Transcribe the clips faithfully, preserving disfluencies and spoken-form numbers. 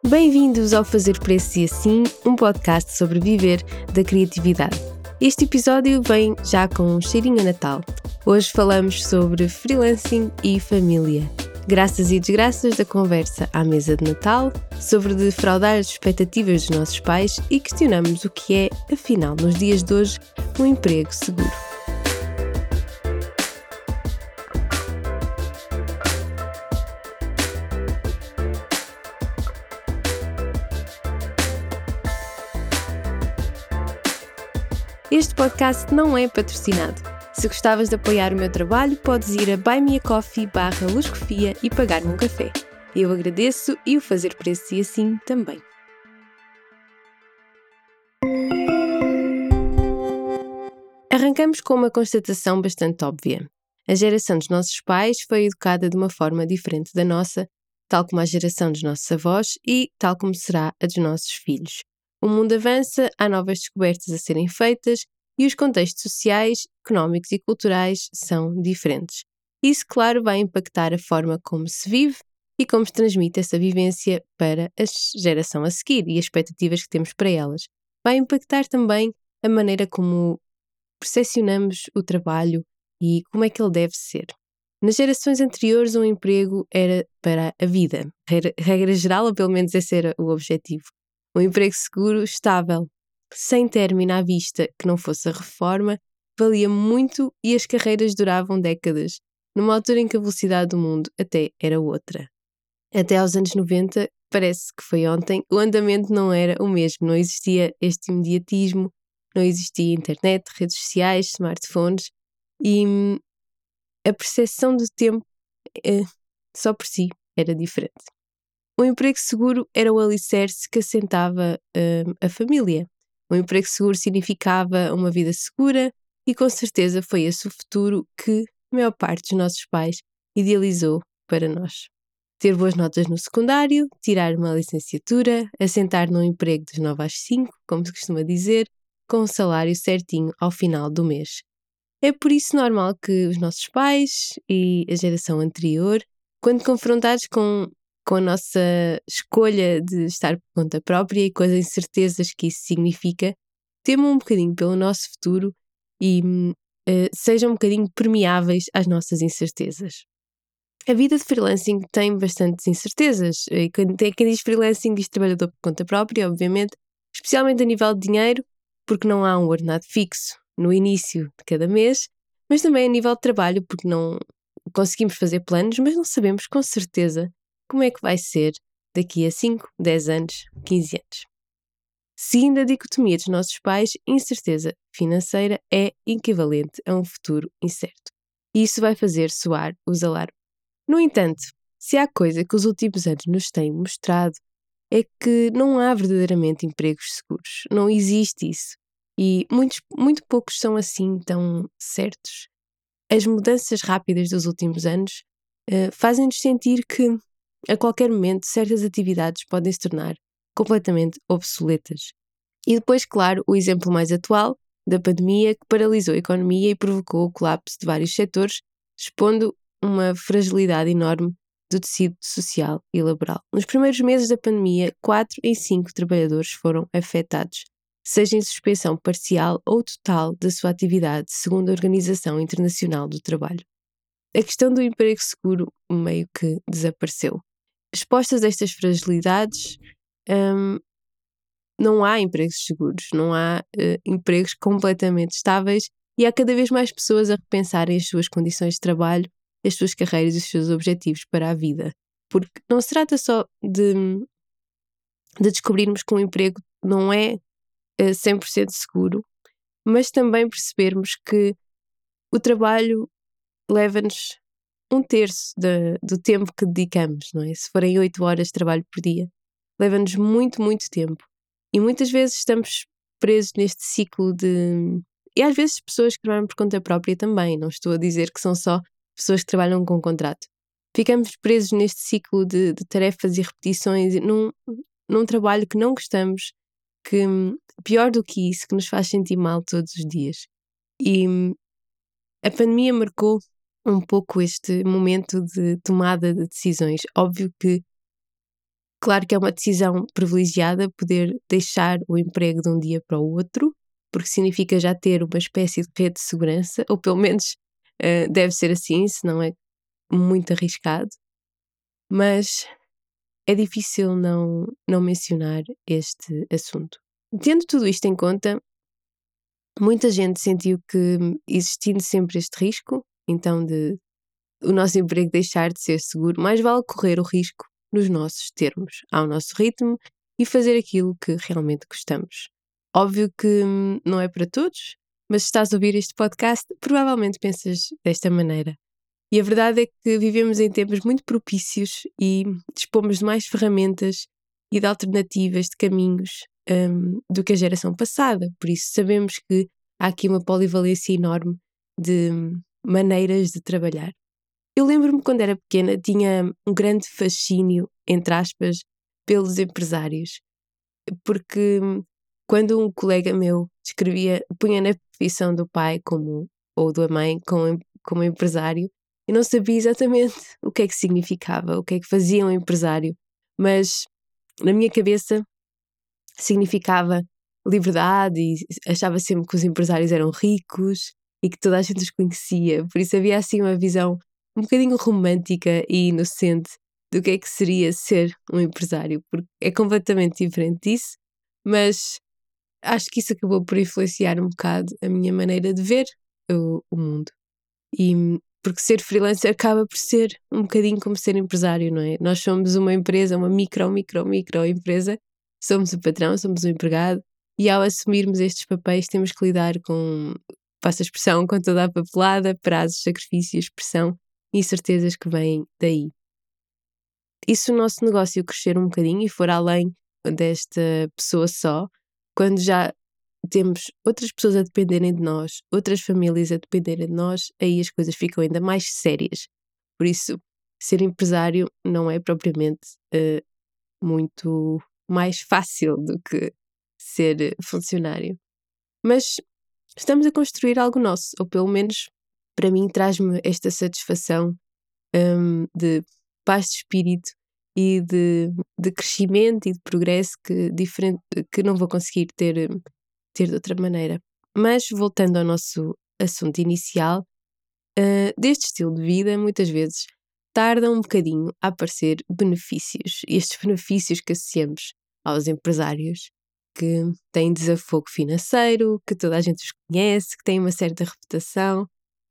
Bem-vindos ao Fazer Preço e Assim, um podcast sobre viver da criatividade. Este episódio vem já com um cheirinho a Natal. Hoje falamos sobre freelancing e família. Graças e desgraças da conversa à mesa de Natal, sobre defraudar as expectativas dos nossos pais e questionamos o que é, afinal, nos dias de hoje, um emprego seguro. Este podcast não é patrocinado. Se gostavas de apoiar o meu trabalho, podes ir a buymeacoffee barra luscofia e pagar-me um café. Eu agradeço e o Fazer Preço e Assim também. Arrancamos com uma constatação bastante óbvia. A geração dos nossos pais foi educada de uma forma diferente da nossa, tal como a geração dos nossos avós e tal como será a dos nossos filhos. O mundo avança, há novas descobertas a serem feitas e os contextos sociais, económicos e culturais são diferentes. Isso, claro, vai impactar a forma como se vive e como se transmite essa vivência para a geração a seguir e as expectativas que temos para elas. Vai impactar também a maneira como percepcionamos o trabalho e como é que ele deve ser. Nas gerações anteriores, um emprego era para a vida. Regra, regra geral, ou pelo menos esse era o objetivo. Um emprego seguro, estável, sem término à vista que não fosse a reforma, valia muito e as carreiras duravam décadas, numa altura em que a velocidade do mundo até era outra. Até aos anos noventa, parece que foi ontem, o andamento não era o mesmo, não existia este imediatismo, não existia internet, redes sociais, smartphones e hum, a percepção do tempo eh, só por si era diferente. O emprego seguro era o alicerce que assentava uh, a família. O emprego seguro significava uma vida segura e com certeza foi esse o futuro que a maior parte dos nossos pais idealizou para nós. Ter boas notas no secundário, tirar uma licenciatura, assentar num emprego das nove às cinco, como se costuma dizer, com um salário certinho ao final do mês. É por isso normal que os nossos pais e a geração anterior, quando confrontados com com a nossa escolha de estar por conta própria e com as incertezas que isso significa, temam um bocadinho pelo nosso futuro e uh, sejam um bocadinho permeáveis às nossas incertezas. A vida de freelancing tem bastantes incertezas. E quem, quem diz freelancing diz trabalhador por conta própria, obviamente, especialmente a nível de dinheiro, porque não há um ordenado fixo no início de cada mês, mas também a nível de trabalho, porque não conseguimos fazer planos, mas não sabemos com certeza como é que vai ser daqui a cinco, dez anos, quinze anos. Seguindo a dicotomia dos nossos pais, incerteza financeira é equivalente a um futuro incerto. E isso vai fazer soar os alarmes. No entanto, se há coisa que os últimos anos nos têm mostrado, é que não há verdadeiramente empregos seguros. Não existe isso. E muitos, muito poucos são assim tão certos. As mudanças rápidas dos últimos anos uh, fazem-nos sentir que a qualquer momento, certas atividades podem se tornar completamente obsoletas. E depois, claro, o exemplo mais atual da pandemia que paralisou a economia e provocou o colapso de vários setores, expondo uma fragilidade enorme do tecido social e laboral. Nos primeiros meses da pandemia, quatro em cinco trabalhadores foram afetados, seja em suspensão parcial ou total da sua atividade, segundo a Organização Internacional do Trabalho. A questão do emprego seguro meio que desapareceu. Expostas a estas fragilidades, hum, não há empregos seguros, não há uh, empregos completamente estáveis e há cada vez mais pessoas a repensarem as suas condições de trabalho, as suas carreiras e os seus objetivos para a vida. Porque não se trata só de, de descobrirmos que um emprego não é uh, cem por cento seguro, mas também percebermos que o trabalho leva-nos um terço de, do tempo que dedicamos, não é? Se forem oito horas de trabalho por dia, leva-nos muito, muito tempo. E muitas vezes estamos presos neste ciclo de... E às vezes pessoas que trabalham por conta própria também, não estou a dizer que são só pessoas que trabalham com contrato. Ficamos presos neste ciclo de, de tarefas e repetições num, num trabalho que não gostamos, que pior do que isso, que nos faz sentir mal todos os dias. E a pandemia marcou um pouco este momento de tomada de decisões. Óbvio que Claro que é uma decisão privilegiada poder deixar o emprego de um dia para o outro, porque significa já ter uma espécie de rede de segurança, ou pelo menos uh, deve ser assim, senão é muito arriscado. Mas é difícil não, não mencionar este assunto. Tendo tudo isto em conta, muita gente sentiu que, existindo sempre este risco, então de o nosso emprego deixar de ser seguro, mais vale correr o risco nos nossos termos, ao nosso ritmo e fazer aquilo que realmente gostamos. Óbvio que hum, não é para todos, mas se estás a ouvir este podcast, provavelmente pensas desta maneira. E a verdade é que vivemos em tempos muito propícios e dispomos de mais ferramentas e de alternativas, de caminhos hum, do que a geração passada. Por isso sabemos que há aqui uma polivalência enorme de hum, maneiras de trabalhar. Eu lembro-me quando era pequena, tinha um grande fascínio, entre aspas, pelos empresários. Porque hum, quando um colega meu escrevia, punha na profissão do pai como, ou da mãe como, como empresário, eu não sabia exatamente o que é que significava, o que é que fazia um empresário, mas na minha cabeça significava liberdade e achava sempre que os empresários eram ricos e que toda a gente os conhecia, por isso havia assim uma visão um bocadinho romântica e inocente do que é que seria ser um empresário, porque é completamente diferente disso, mas acho que isso acabou por influenciar um bocado a minha maneira de ver o, o mundo. E porque ser freelancer acaba por ser um bocadinho como ser empresário, não é? Nós somos uma empresa, uma micro, micro, micro empresa, somos o patrão, somos o empregado, e ao assumirmos estes papéis temos que lidar com, passo a expressão, com toda a papelada, prazos, sacrifícios, pressão e incertezas que vêm daí. E se o nosso negócio crescer um bocadinho e for além desta pessoa só, quando já temos outras pessoas a dependerem de nós, outras famílias a dependerem de nós, aí as coisas ficam ainda mais sérias. Por isso, ser empresário não é propriamente uh, muito mais fácil do que ser funcionário. Mas estamos a construir algo nosso, ou pelo menos para mim traz-me esta satisfação um, de paz de espírito e de, de crescimento e de progresso que, diferente, que não vou conseguir ter, ter de outra maneira. Mas voltando ao nosso assunto inicial, uh, deste estilo de vida muitas vezes tarda um bocadinho a aparecer benefícios. E estes benefícios que associamos aos empresários que têm desafogo financeiro, que toda a gente os conhece, que têm uma certa reputação.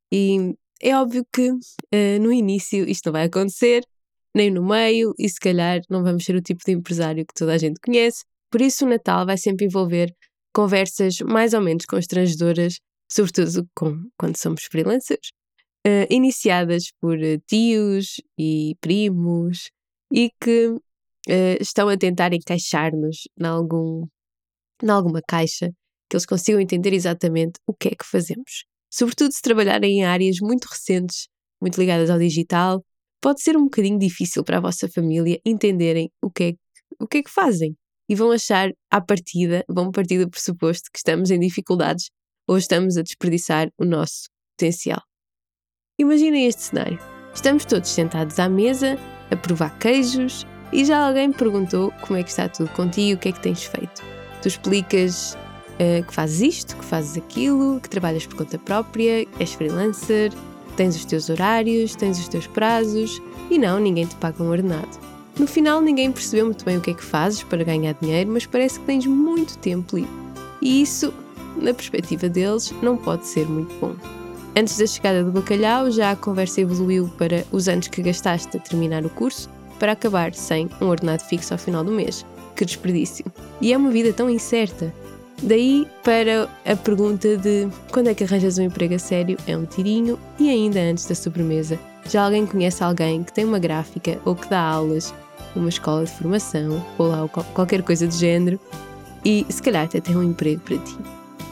E é óbvio que uh, no início isto não vai acontecer, nem no meio, e se calhar não vamos ser o tipo de empresário que toda a gente conhece. Por isso o Natal vai sempre envolver conversas mais ou menos constrangedoras, sobretudo com, quando somos freelancers, uh, iniciadas por uh, tios e primos e que uh, estão a tentar encaixar-nos em algum, em alguma caixa que eles consigam entender exatamente o que é que fazemos. Sobretudo se trabalharem em áreas muito recentes, muito ligadas ao digital, pode ser um bocadinho difícil para a vossa família entenderem o que é, o que é que fazem. E vão achar, à partida, vão partir do pressuposto que estamos em dificuldades ou estamos a desperdiçar o nosso potencial. Imaginem este cenário. Estamos todos sentados à mesa, a provar queijos, e já alguém perguntou como é que está tudo contigo, o que é que tens feito. Tu explicas uh, que fazes isto, que fazes aquilo, que trabalhas por conta própria, és freelancer, tens os teus horários, tens os teus prazos, e não, ninguém te paga um ordenado. No final ninguém percebeu muito bem o que é que fazes para ganhar dinheiro, mas parece que tens muito tempo livre. E isso, na perspectiva deles, não pode ser muito bom. Antes da chegada do bacalhau, já a conversa evoluiu para os anos que gastaste a terminar o curso, para acabar sem um ordenado fixo ao final do mês. Que desperdício! E é uma vida tão incerta. Daí para a pergunta de quando é que arranjas um emprego a sério é um tirinho, e ainda antes da sobremesa já alguém conhece alguém que tem uma gráfica ou que dá aulas numa escola de formação ou lá ou qualquer coisa do género e se calhar até tem um emprego para ti.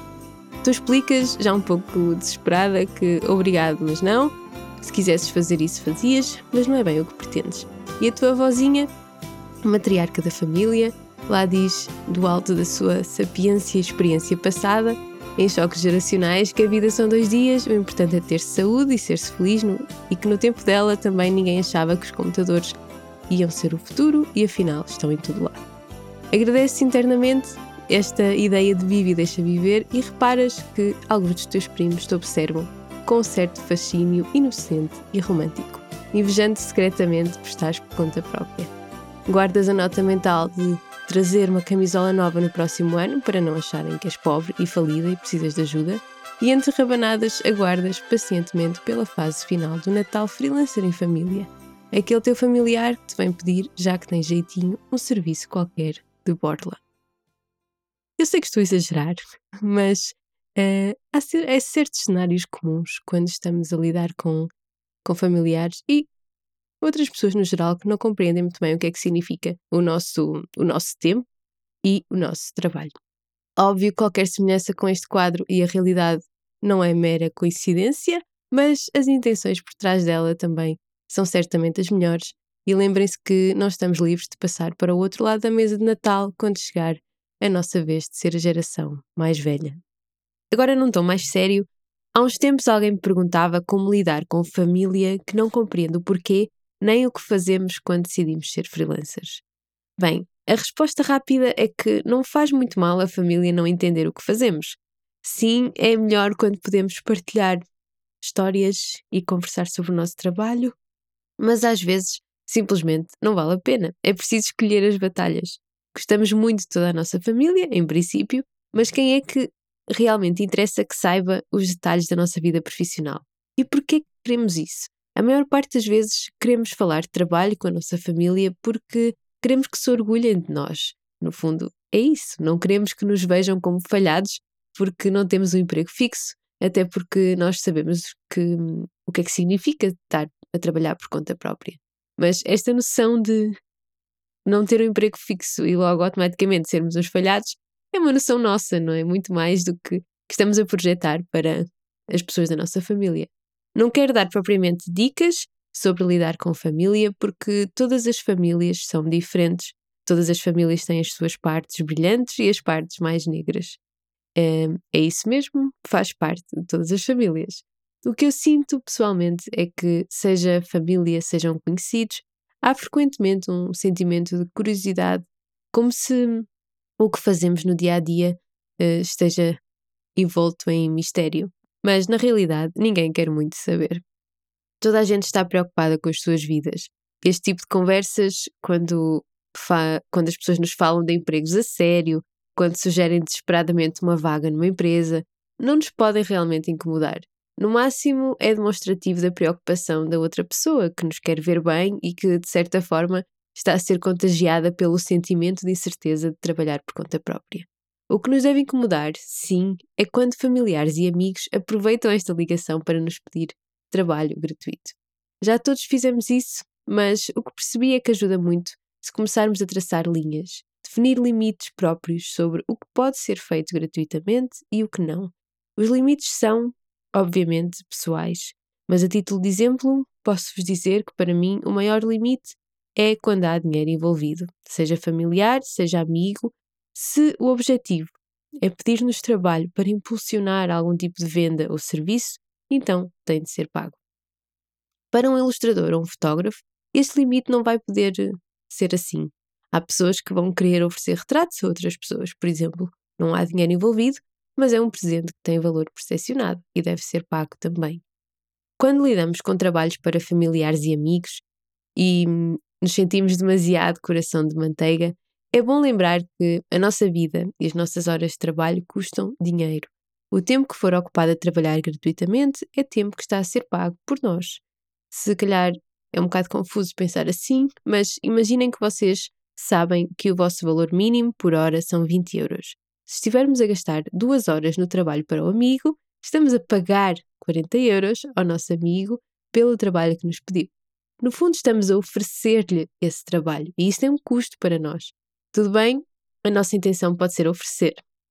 Tu explicas já um pouco desesperada que obrigado, mas não, se quisesses fazer isso fazias, mas não é bem o que pretendes. E a tua avózinha, matriarca da família, lá diz, do alto da sua sapiência e experiência passada, em choques geracionais, que a vida são dois dias, o importante é ter saúde e ser-se feliz, no, e que no tempo dela também ninguém achava que os computadores iam ser o futuro e afinal estão em todo lado. Agradeces internamente esta ideia de vive e deixa viver e reparas que alguns dos teus primos te observam com um certo fascínio inocente e romântico, invejando secretamente por estares por conta própria. Guardas a nota mental de trazer uma camisola nova no próximo ano para não acharem que és pobre e falida e precisas de ajuda, e entre rabanadas aguardas pacientemente pela fase final do Natal Freelancer em família, aquele teu familiar que te vem pedir, já que tem jeitinho, um serviço qualquer de borla. Eu sei que estou a exagerar, mas uh, há, há certos cenários comuns quando estamos a lidar com, com familiares e outras pessoas no geral que não compreendem muito bem o que é que significa o nosso, o nosso tempo e o nosso trabalho. Óbvio que qualquer semelhança com este quadro e a realidade não é mera coincidência, mas as intenções por trás dela também são certamente as melhores e lembrem-se que nós estamos livres de passar para o outro lado da mesa de Natal quando chegar a nossa vez de ser a geração mais velha. Agora num tom mais sério, há uns tempos alguém me perguntava como lidar com família que não compreende o porquê nem o que fazemos quando decidimos ser freelancers. Bem, a resposta rápida é que não faz muito mal a família não entender o que fazemos. Sim, é melhor quando podemos partilhar histórias e conversar sobre o nosso trabalho, mas às vezes simplesmente não vale a pena. É preciso escolher as batalhas. Gostamos muito de toda a nossa família, em princípio, mas quem é que realmente interessa que saiba os detalhes da nossa vida profissional? E porquê que queremos isso? A maior parte das vezes queremos falar de trabalho com a nossa família porque queremos que se orgulhem de nós. No fundo, é isso. Não queremos que nos vejam como falhados porque não temos um emprego fixo, até porque nós sabemos que, o que é que significa estar a trabalhar por conta própria. Mas esta noção de não ter um emprego fixo e logo automaticamente sermos uns falhados é uma noção nossa, não é? Muito mais do que, que estamos a projetar para as pessoas da nossa família. Não quero dar propriamente dicas sobre lidar com família, porque todas as famílias são diferentes, todas as famílias têm as suas partes brilhantes e as partes mais negras. É, é isso mesmo, faz parte de todas as famílias. O que eu sinto pessoalmente é que, seja família, sejam conhecidos, há frequentemente um sentimento de curiosidade, como se o que fazemos no dia a dia uh, esteja envolto em mistério. Mas, na realidade, ninguém quer muito saber. Toda a gente está preocupada com as suas vidas. Este tipo de conversas, quando, fa- quando as pessoas nos falam de empregos a sério, quando sugerem desesperadamente uma vaga numa empresa, não nos podem realmente incomodar. No máximo, é demonstrativo da preocupação da outra pessoa, que nos quer ver bem e que, de certa forma, está a ser contagiada pelo sentimento de incerteza de trabalhar por conta própria. O que nos deve incomodar, sim, é quando familiares e amigos aproveitam esta ligação para nos pedir trabalho gratuito. Já todos fizemos isso, mas o que percebi é que ajuda muito se começarmos a traçar linhas, definir limites próprios sobre o que pode ser feito gratuitamente e o que não. Os limites são, obviamente, pessoais, mas a título de exemplo, posso-vos dizer que para mim o maior limite é quando há dinheiro envolvido, seja familiar, seja amigo. Se o objetivo é pedir-nos trabalho para impulsionar algum tipo de venda ou serviço, então tem de ser pago. Para um ilustrador ou um fotógrafo, este limite não vai poder ser assim. Há pessoas que vão querer oferecer retratos a outras pessoas, por exemplo. Não há dinheiro envolvido, mas é um presente que tem valor percepcionado e deve ser pago também. Quando lidamos com trabalhos para familiares e amigos e nos sentimos demasiado coração de manteiga, é bom lembrar que a nossa vida e as nossas horas de trabalho custam dinheiro. O tempo que for ocupado a trabalhar gratuitamente é tempo que está a ser pago por nós. Se calhar é um bocado confuso pensar assim, mas imaginem que vocês sabem que o vosso valor mínimo por hora são vinte euros. Se estivermos a gastar duas horas no trabalho para o amigo, estamos a pagar quarenta euros ao nosso amigo pelo trabalho que nos pediu. No fundo, estamos a oferecer-lhe esse trabalho e isso tem um custo para nós. Tudo bem, a nossa intenção pode ser oferecer.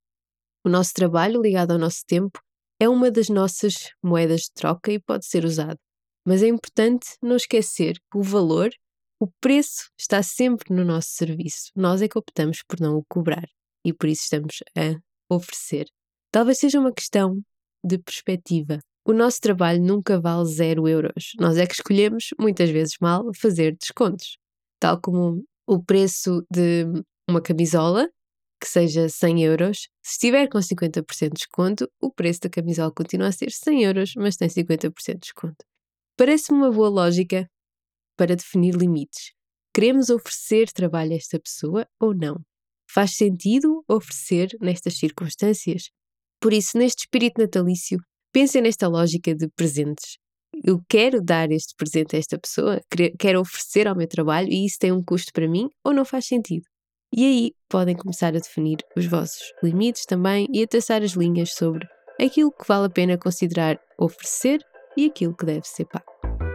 O nosso trabalho, ligado ao nosso tempo, é uma das nossas moedas de troca e pode ser usado. Mas é importante não esquecer que o valor, o preço, está sempre no nosso serviço. Nós é que optamos por não o cobrar e por isso estamos a oferecer. Talvez seja uma questão de perspectiva. O nosso trabalho nunca vale zero euros. Nós é que escolhemos, muitas vezes mal, fazer descontos. tal como o preço de uma camisola, que seja cem euros. Se estiver com cinquenta por cento de desconto, o preço da camisola continua a ser cem euros, mas tem cinquenta por cento de desconto. Parece-me uma boa lógica para definir limites. Queremos oferecer trabalho a esta pessoa ou não? Faz sentido oferecer nestas circunstâncias? Por isso, neste espírito natalício, pensem nesta lógica de presentes. Eu quero dar este presente a esta pessoa, quero oferecer ao meu trabalho e isso tem um custo para mim ou não faz sentido? E aí podem começar a definir os vossos limites também e a traçar as linhas sobre aquilo que vale a pena considerar oferecer e aquilo que deve ser pago.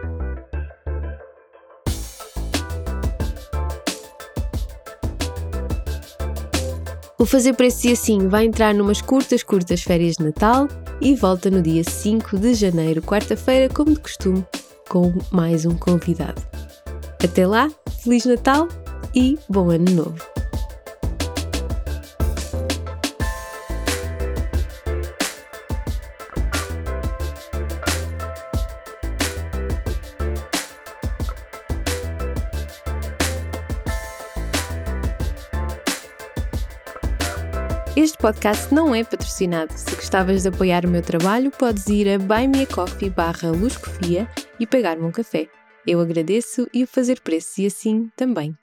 O Fazer Preço e Assim vai entrar numas curtas, curtas férias de Natal e volta no dia cinco de janeiro, quarta-feira, como de costume, com mais um convidado. Até lá, Feliz Natal e bom Ano Novo! Este podcast não é patrocinado. Se gostavas de apoiar o meu trabalho, podes ir a buymeacoffee barra luscofia e pagar-me um café. Eu agradeço e o Fazer Preço e Assim também.